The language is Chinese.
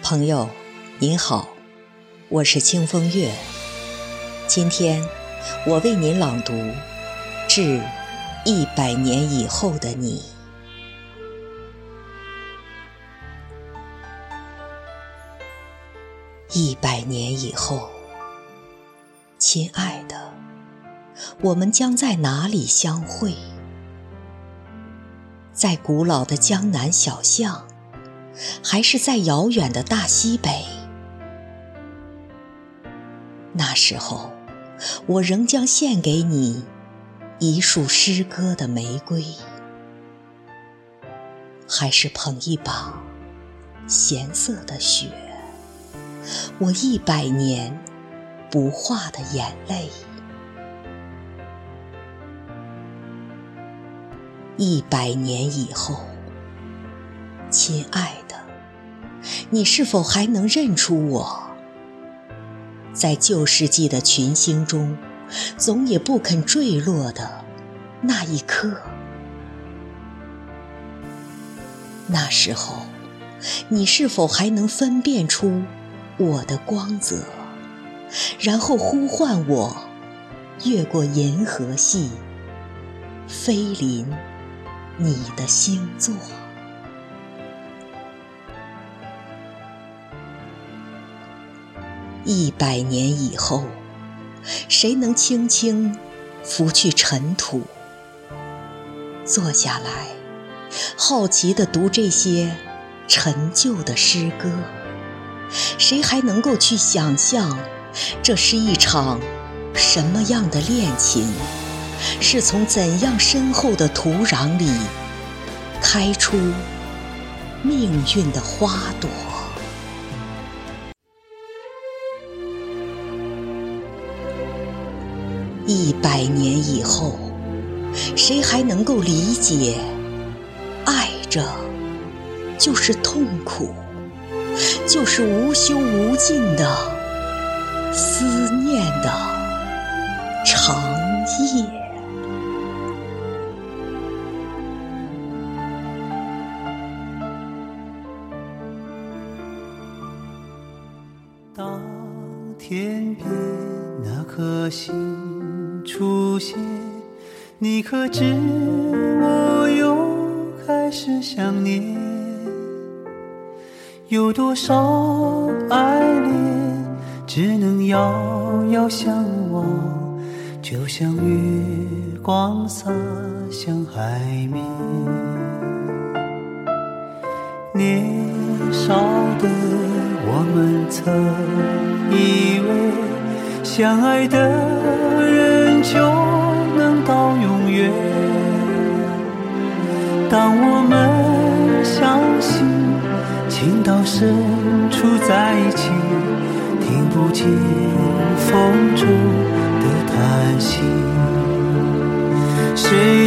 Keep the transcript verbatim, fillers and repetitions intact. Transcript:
朋友您好，我是清风月。今天我为您朗读《致一百年以后的你》。一百年以后，亲爱的，我们将在哪里相会？在古老的江南小巷，还是在遥远的大西北？那时候，我仍将献给你一束诗歌的玫瑰，还是捧一把咸涩的雪，我一百年不化的眼泪。一百年以后，亲爱的，你是否还能认出我？在旧世纪的群星中，总也不肯坠落的那一颗。那时候，你是否还能分辨出我的光泽，然后呼唤我越过银河系，飞临你的星座？一百年以后，谁能轻轻拂去尘土，坐下来好奇地读这些陈旧的诗歌？谁还能够去想象，这是一场什么样的恋情，是从怎样深厚的土壤里开出命运的花朵？一百年以后，谁还能够理解，爱着就是痛苦，就是无休无尽的思念的长夜？ 当天边那颗星出现，你可知我又开始想念？有多少爱恋只能遥遥相望，就像月光洒向海面。年少的我们曾以为，相爱的人就能到永远。当我们相信情到深处在一起，听不见风中的叹息。谁